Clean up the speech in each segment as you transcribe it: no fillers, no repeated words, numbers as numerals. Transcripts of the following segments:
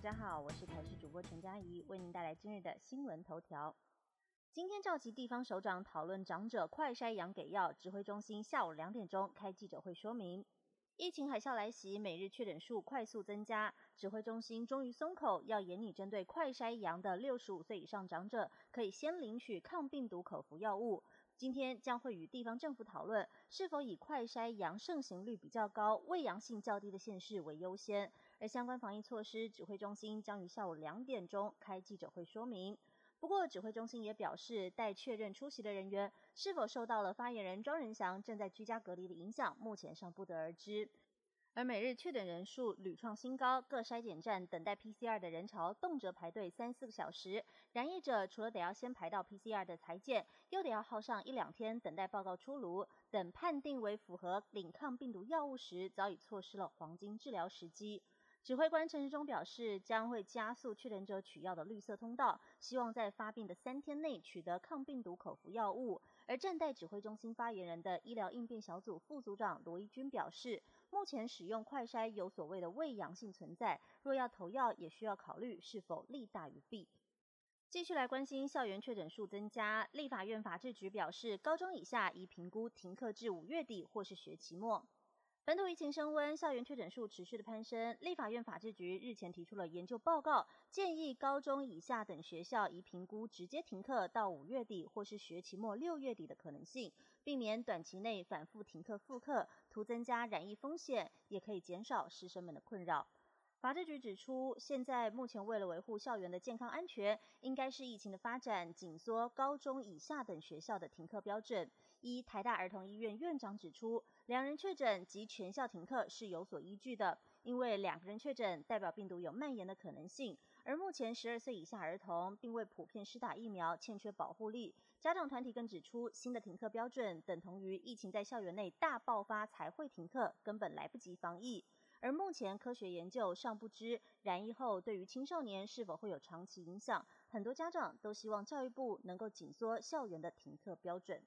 家好，我是台视主播陈佳怡，为您带来今日的新闻头条。今天召集地方首长讨论长者快筛阳给药，指挥中心下午2点钟开记者会说明。疫情海啸来袭，每日确诊数快速增加，指挥中心终于松口，要严拟针对快筛阳的65岁以上长者，可以先领取抗病毒口服药物。今天将会与地方政府讨论，是否以快筛阳盛行率比较高、胃阳性较低的县市为优先。而相关防疫措施，指挥中心将于下午2点钟开记者会说明。不过，指挥中心也表示，待确认出席的人员是否受到了发言人庄仁祥正在居家隔离的影响，目前尚不得而知。而每日确诊人数屡创新高，各筛检站等待 PCR 的人潮动辄排队3-4个小时，染疫者除了得要先排到 PCR 的裁剪，又得要耗上1-2天等待报告出炉，等判定为符合领抗病毒药物时，早已错失了黄金治疗时机。指挥官陈时中表示，将会加速确诊者取药的绿色通道，希望在发病的3天内取得抗病毒口服药物。而站代指挥中心发言人的医疗应变小组副组长罗一军表示，目前使用快筛有所谓的胃阳性存在，若要投药也需要考虑是否利大于弊。继续来关心校园确诊数增加，立法院法制局表示，高中以下宜评估停课至5月底或是学期末。本土疫情升温，校园确诊数持续的攀升。立法院法制局日前提出了研究报告，建议高中以下等学校宜评估直接停课到5月底或是学期末6月底的可能性，避免短期内反复停课复课，图增加染疫风险，也可以减少师生们的困扰。法制局指出，现在目前为了维护校园的健康安全，应该是疫情的发展紧缩高中以下等学校的停课标准。依台大儿童医院院长指出，2人确诊及全校停课是有所依据的，因为2个人确诊代表病毒有蔓延的可能性，而目前12岁以下儿童并未普遍施打疫苗，欠缺保护力。家长团体更指出，新的停课标准等同于疫情在校园内大爆发才会停课，根本来不及防疫。而目前科学研究尚不知染疫后对于青少年是否会有长期影响，很多家长都希望教育部能够紧缩校园的停课标准。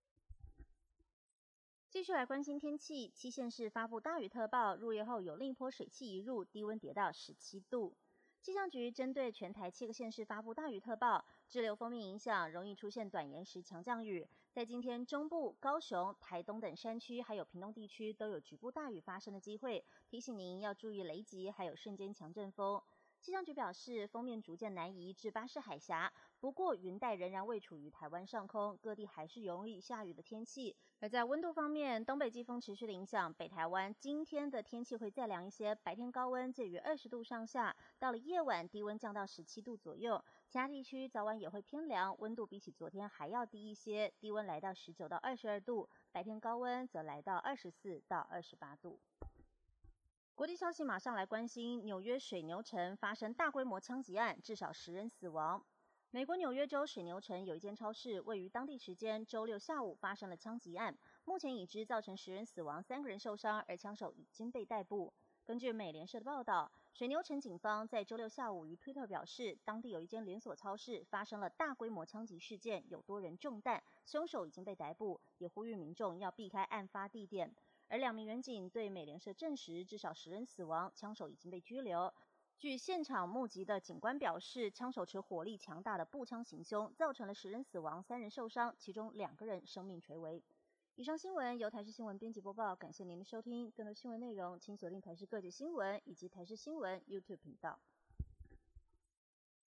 继续来关心天气，7县市发布大雨特报，入夜后有另一波水汽移入，低温跌到17度。气象局针对全台7个县市发布大雨特报，滞留锋面影响，容易出现短延时强降雨。在今天，中部、高雄、台东等山区，还有屏东地区都有局部大雨发生的机会，提醒您要注意雷击，还有瞬间强阵风。气象局表示，锋面逐渐南移至巴士海峡，不过云带仍然未处于台湾上空，各地还是容易下雨的天气。而在温度方面，东北季风持续的影响，北台湾今天的天气会再凉一些，白天高温介于20度上下，到了夜晚低温降到17度左右。其他地区早晚也会偏凉，温度比起昨天还要低一些，低温来到19到22度，白天高温则来到24到28度。国际消息马上来关心，纽约水牛城发生大规模枪击案，至少10人死亡。美国纽约州水牛城有一间超市，位于当地时间周六下午发生了枪击案，目前已知造成10人死亡，3个人受伤，而枪手已经被逮捕。根据美联社的报道，水牛城警方在周六下午于 Twitter 表示，当地有一间连锁超市发生了大规模枪击事件，有多人中弹，凶手已经被逮捕，也呼吁民众要避开案发地点。而2名员警对美联社证实，至少10人死亡，枪手已经被拘留。据现场目击的警官表示，枪手持火力强大的步枪行凶，造成了10人死亡，3人受伤，其中2个人生命垂危。以上新闻由台视新闻编辑播报，感谢您的收听。更多新闻内容请锁定台视各界新闻以及台视新闻 YouTube 频道。